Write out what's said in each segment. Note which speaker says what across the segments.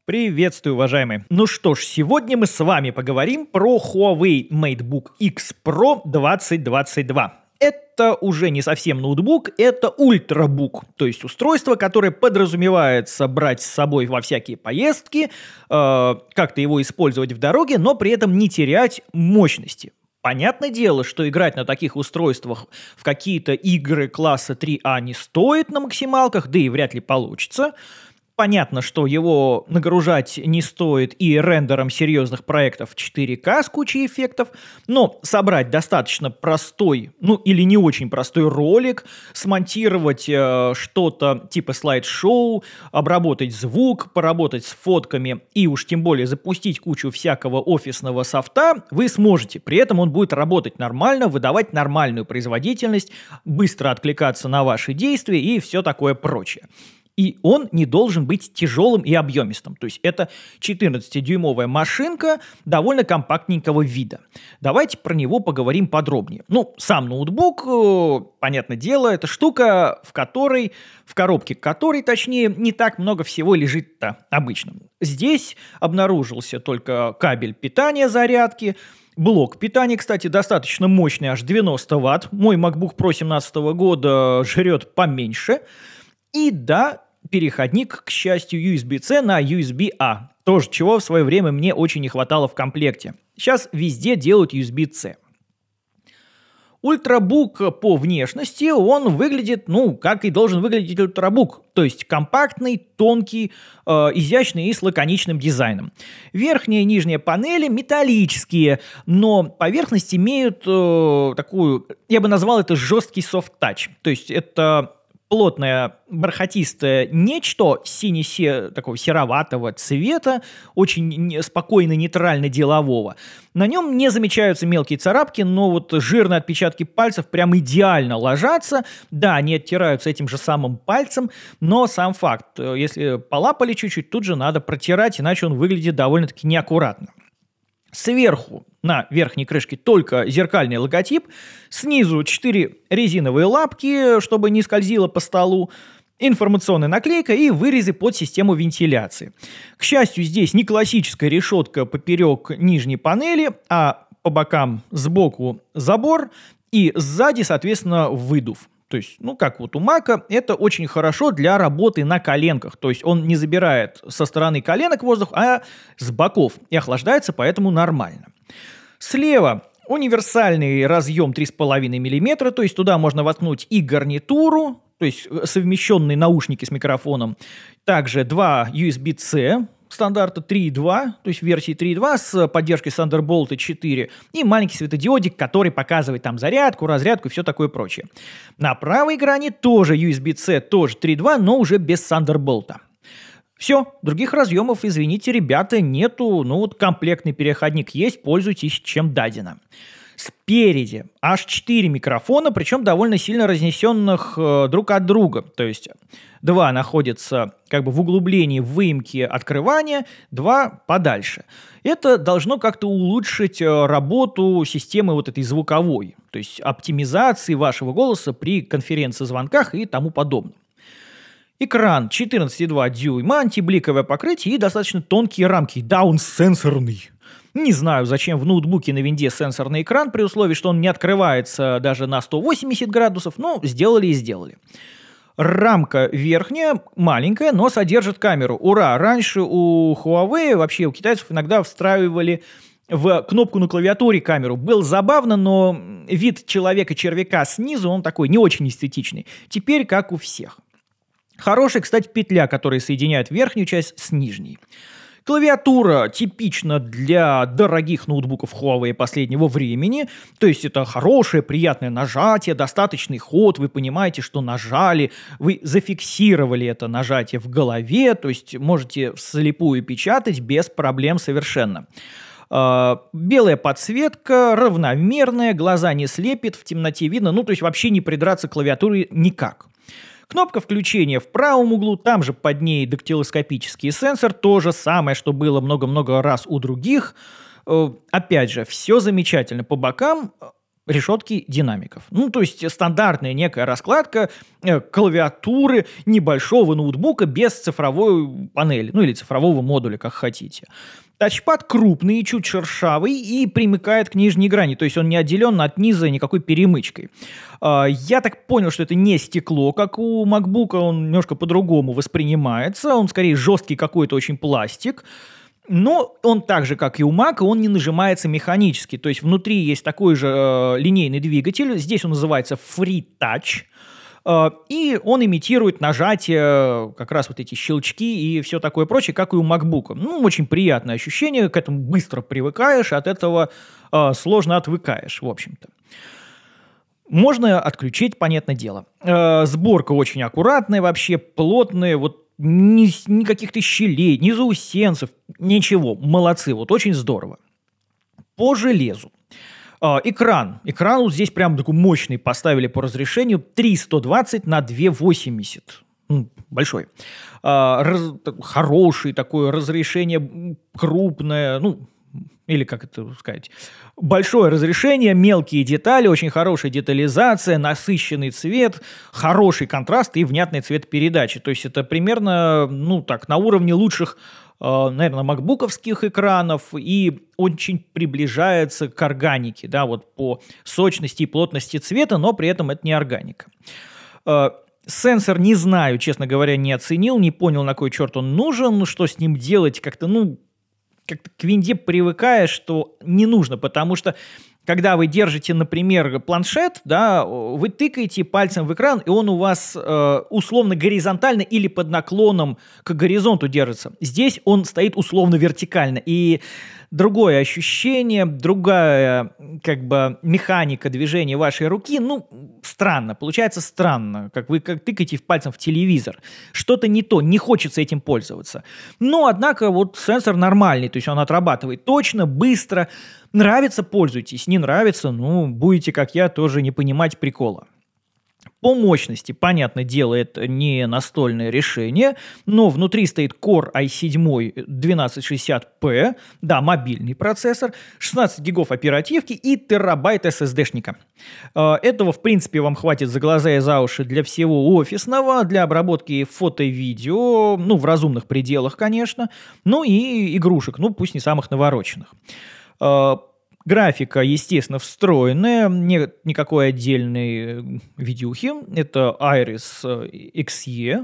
Speaker 1: Приветствую, уважаемые. Ну что ж, сегодня мы с вами поговорим про Huawei MateBook X Pro 2022. Это уже не совсем ноутбук, это ультрабук, то есть устройство, которое подразумевается брать с собой во всякие поездки, как-то его использовать в дороге, но при этом не терять мощности. Понятное дело, что играть на таких устройствах в какие-то игры класса 3А не стоит на максималках, да и вряд ли получится. Понятно, что его нагружать не стоит и рендером серьезных проектов 4К с кучей эффектов, но собрать достаточно простой, или не очень простой ролик, смонтировать что-то типа слайд-шоу, обработать звук, поработать с фотками и уж тем более запустить кучу всякого офисного софта вы сможете. При этом он будет работать нормально, выдавать нормальную производительность, быстро откликаться на ваши действия и все такое прочее. И он не должен быть тяжелым и объемистым. То есть это 14-дюймовая машинка довольно компактненького вида. Давайте про него поговорим подробнее. Сам ноутбук, понятное дело, это штука, в коробке которой, точнее, не так много всего лежит-то обычно. Здесь обнаружился только кабель питания зарядки. Блок питания, кстати, достаточно мощный, аж 90 Вт. Мой MacBook Pro 2017 года жрет поменьше. И да, переходник, к счастью, USB-C на USB-A. Тоже, чего в свое время мне очень не хватало в комплекте. Сейчас везде делают USB-C. Ультрабук по внешности, он выглядит, как и должен выглядеть ультрабук. То есть компактный, тонкий, изящный и с лаконичным дизайном. Верхняя и нижняя панели металлические, но поверхность имеют такую, я бы назвал это жесткий софт-тач. То есть это плотное, бархатистое нечто такого сероватого цвета, очень спокойно, нейтрально-делового. На нем не замечаются мелкие царапки, но вот жирные отпечатки пальцев прям идеально ложатся. Да, они оттираются этим же самым пальцем, но сам факт, если полапали чуть-чуть, тут же надо протирать, иначе он выглядит довольно-таки неаккуратно. Сверху на верхней крышке только зеркальный логотип, снизу 4 резиновые лапки, чтобы не скользило по столу, информационная наклейка и вырезы под систему вентиляции. К счастью, здесь не классическая решетка поперек нижней панели, а по бокам сбоку забор и сзади, соответственно, выдув. То есть, как вот у Мака, это очень хорошо для работы на коленках. То есть он не забирает со стороны коленок воздух, а с боков. И охлаждается, поэтому нормально. Слева универсальный разъем 3,5 мм. То есть туда можно воткнуть и гарнитуру, то есть совмещенные наушники с микрофоном. Также 2 USB-C. Стандарта 3.2, то есть версии 3.2 с поддержкой Thunderbolt 4 и маленький светодиодик, который показывает там зарядку, разрядку и все такое прочее. На правой грани тоже USB-C, тоже 3.2, но уже без Thunderbolt. Все, других разъемов, извините, ребята, нету, комплектный переходник есть, пользуйтесь чем дадено. Спереди аж 4 микрофона, причем довольно сильно разнесенных друг от друга. То есть 2 находятся в углублении в выемке открывания, 2 подальше. Это должно как-то улучшить работу системы вот этой звуковой, то есть оптимизации вашего голоса при конференц-звонках и тому подобное. Экран 14,2 дюйма, антибликовое покрытие и достаточно тонкие рамки. Да, он сенсорный. Не знаю, зачем в ноутбуке на винде сенсорный экран, при условии, что он не открывается даже на 180 градусов, но сделали и сделали. Рамка верхняя, маленькая, но содержит камеру. Ура! Раньше у Huawei, вообще у китайцев иногда встраивали в кнопку на клавиатуре камеру. Было забавно, но вид человека-червяка снизу, он такой не очень эстетичный. Теперь как у всех. Хорошая, кстати, петля, которая соединяет верхнюю часть с нижней. Клавиатура типична для дорогих ноутбуков Huawei последнего времени. То есть это хорошее, приятное нажатие, достаточный ход. Вы понимаете, что нажали, вы зафиксировали это нажатие в голове. То есть можете вслепую печатать без проблем совершенно. Белая подсветка, равномерная, глаза не слепит, в темноте видно. То есть вообще не придраться к клавиатуре никак. Кнопка включения в правом углу, там же под ней дактилоскопический сенсор, то же самое, что было много-много раз у других. Опять же, все замечательно. По бокам решетки динамиков. Ну, то есть стандартная некая раскладка клавиатуры небольшого ноутбука без цифровой панели, ну или цифрового модуля, как хотите. Тачпад крупный, чуть шершавый и примыкает к нижней грани, то есть он не отделен от низа никакой перемычкой. Я так понял, что это не стекло, как у MacBook, он немножко по-другому воспринимается, он скорее жесткий какой-то очень пластик. Но он так же, как и у Mac, он не нажимается механически. То есть внутри есть такой же линейный двигатель. Здесь он называется Free Touch. И он имитирует нажатие, как раз вот эти щелчки и все такое прочее, как и у MacBook. Ну, очень приятное ощущение, к этому быстро привыкаешь, от этого сложно отвыкаешь, в общем-то. Можно отключить, понятное дело. Сборка очень аккуратная вообще, плотная, вот ни каких-то щелей, ни заусенцев, ничего. Молодцы, вот очень здорово. По железу. Экран. Экран вот здесь прям такой мощный поставили по разрешению. 3120 на 280. Большой. Хороший такое разрешение, крупное, или как это сказать, большое разрешение, мелкие детали, очень хорошая детализация, насыщенный цвет, хороший контраст и внятный цветопередачи. То есть это примерно, на уровне лучших, наверное, макбуковских экранов и очень приближается к органике, да, вот по сочности и плотности цвета, но при этом это не органика. Сенсор, не знаю, честно говоря, не оценил, не понял, на кой черт он нужен, что с ним делать, как-то к винде привыкаешь, что не нужно, потому что когда вы держите, например, планшет, да, вы тыкаете пальцем в экран, и он у вас условно горизонтально или под наклоном к горизонту держится. Здесь он стоит условно вертикально, и другое ощущение, другая механика движения вашей руки, странно, получается странно, как вы тыкаете пальцем в телевизор. Что-то не то, не хочется этим пользоваться. Но, однако, вот сенсор нормальный, то есть он отрабатывает точно, быстро. Нравится — пользуйтесь, не нравится, будете, как я, тоже не понимать прикола. По мощности, понятное дело, это не настольное решение, но внутри стоит Core i7 1260p, да, мобильный процессор, 16 гигов оперативки и терабайт SSD-шника. Этого, в принципе, вам хватит за глаза и за уши для всего офисного, для обработки фото и видео, в разумных пределах, конечно, и игрушек, пусть не самых навороченных. Графика, естественно, встроенная, нет никакой отдельной видюхи. Это Iris Xe.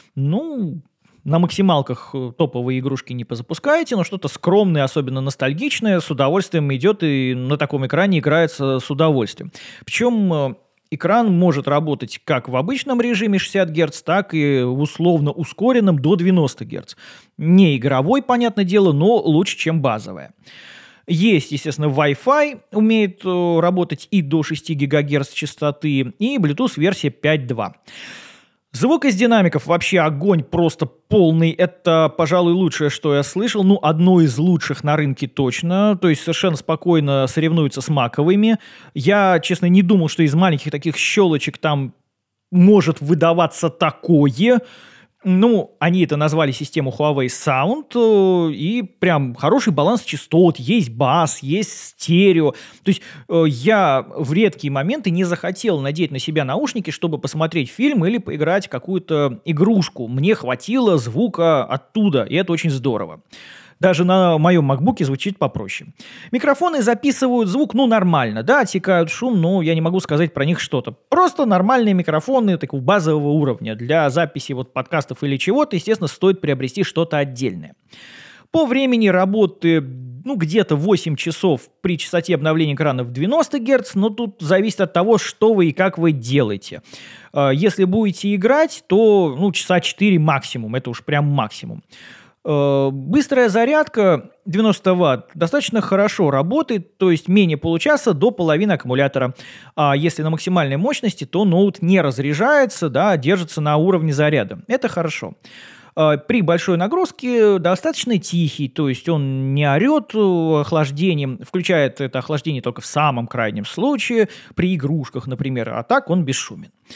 Speaker 1: На максималках топовые игрушки не позапускаете, но что-то скромное, особенно ностальгичное, с удовольствием идет и на таком экране играется с удовольствием. Причем экран может работать как в обычном режиме 60 Гц, так и в условно ускоренном до 90 Гц. Не игровой, понятное дело, но лучше, чем базовая. Есть, естественно, Wi-Fi, умеет работать и до 6 ГГц частоты, и Bluetooth версия 5.2. Звук из динамиков вообще огонь просто полный. Это, пожалуй, лучшее, что я слышал. Одно из лучших на рынке точно. То есть совершенно спокойно соревнуются с маковыми. Я, честно, не думал, что из маленьких таких щелочек там может выдаваться такое. Они это назвали систему Huawei Sound, и прям хороший баланс частот, есть бас, есть стерео. То есть я в редкие моменты не захотел надеть на себя наушники, чтобы посмотреть фильм или поиграть в какую-то игрушку. Мне хватило звука оттуда, и это очень здорово. Даже на моем MacBook звучит попроще. Микрофоны записывают звук, нормально, да, отсекают шум, но я не могу сказать про них что-то. Просто нормальные микрофоны такого базового уровня. Для записи подкастов или чего-то, естественно, стоит приобрести что-то отдельное. По времени работы, где-то 8 часов при частоте обновления экрана в 90 Гц, но тут зависит от того, что вы и как вы делаете. Если будете играть, то часа 4 максимум, это уж прям максимум. Быстрая зарядка 90 Вт достаточно хорошо работает, то есть менее получаса до половины аккумулятора. А если на максимальной мощности, то ноут не разряжается, да, держится на уровне заряда. Это хорошо. При большой нагрузке достаточно тихий, то есть он не орет охлаждением, включает это охлаждение только в самом крайнем случае, при игрушках, например, а так он бесшумен.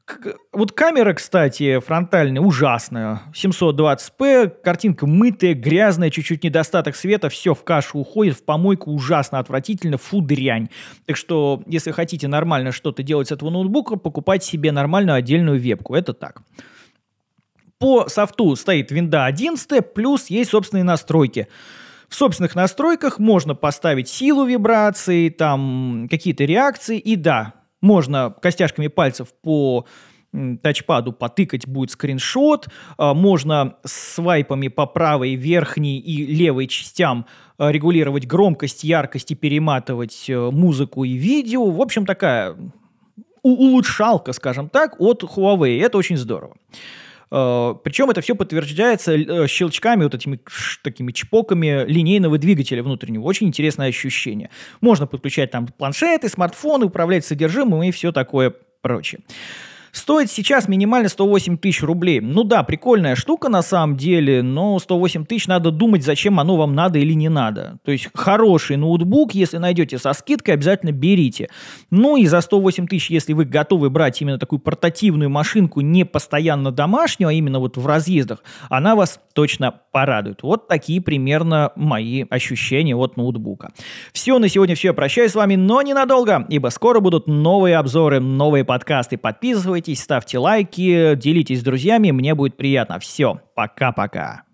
Speaker 1: Вот камера, кстати, фронтальная, ужасная. 720p, картинка мытая, грязная, чуть-чуть недостаток света, все в кашу уходит, в помойку, ужасно, отвратительно, фу, дрянь. Так что, если хотите нормально что-то делать с этого ноутбука, покупайте себе нормальную отдельную вебку. Это так. По софту стоит винда 11, плюс есть собственные настройки. В собственных настройках можно поставить силу вибраций, там какие-то реакции, и да, можно костяшками пальцев по тачпаду потыкать будет скриншот, можно свайпами по правой, верхней и левой частям регулировать громкость, яркость и перематывать музыку и видео. В общем, такая улучшалка, скажем так, от Huawei. Это очень здорово. Причем это все подтверждается щелчками, вот этими такими чпоками линейного двигателя внутреннего. Очень интересное ощущение. Можно подключать там планшеты, смартфоны, управлять содержимым и все такое прочее. Стоит сейчас минимально 108 тысяч рублей. Ну да, прикольная штука на самом деле, но 108 тысяч надо думать, зачем оно вам надо или не надо. То есть хороший ноутбук, если найдете со скидкой, обязательно берите. Ну и за 108 тысяч, если вы готовы брать именно такую портативную машинку, не постоянно домашнюю, а именно вот в разъездах, она вас точно порадует. Вот такие примерно мои ощущения от ноутбука. Все, на сегодня все. Я прощаюсь с вами, но ненадолго, ибо скоро будут новые обзоры, новые подкасты. Подписывайтесь, ставьте лайки, делитесь с друзьями, мне будет приятно. Все, пока-пока.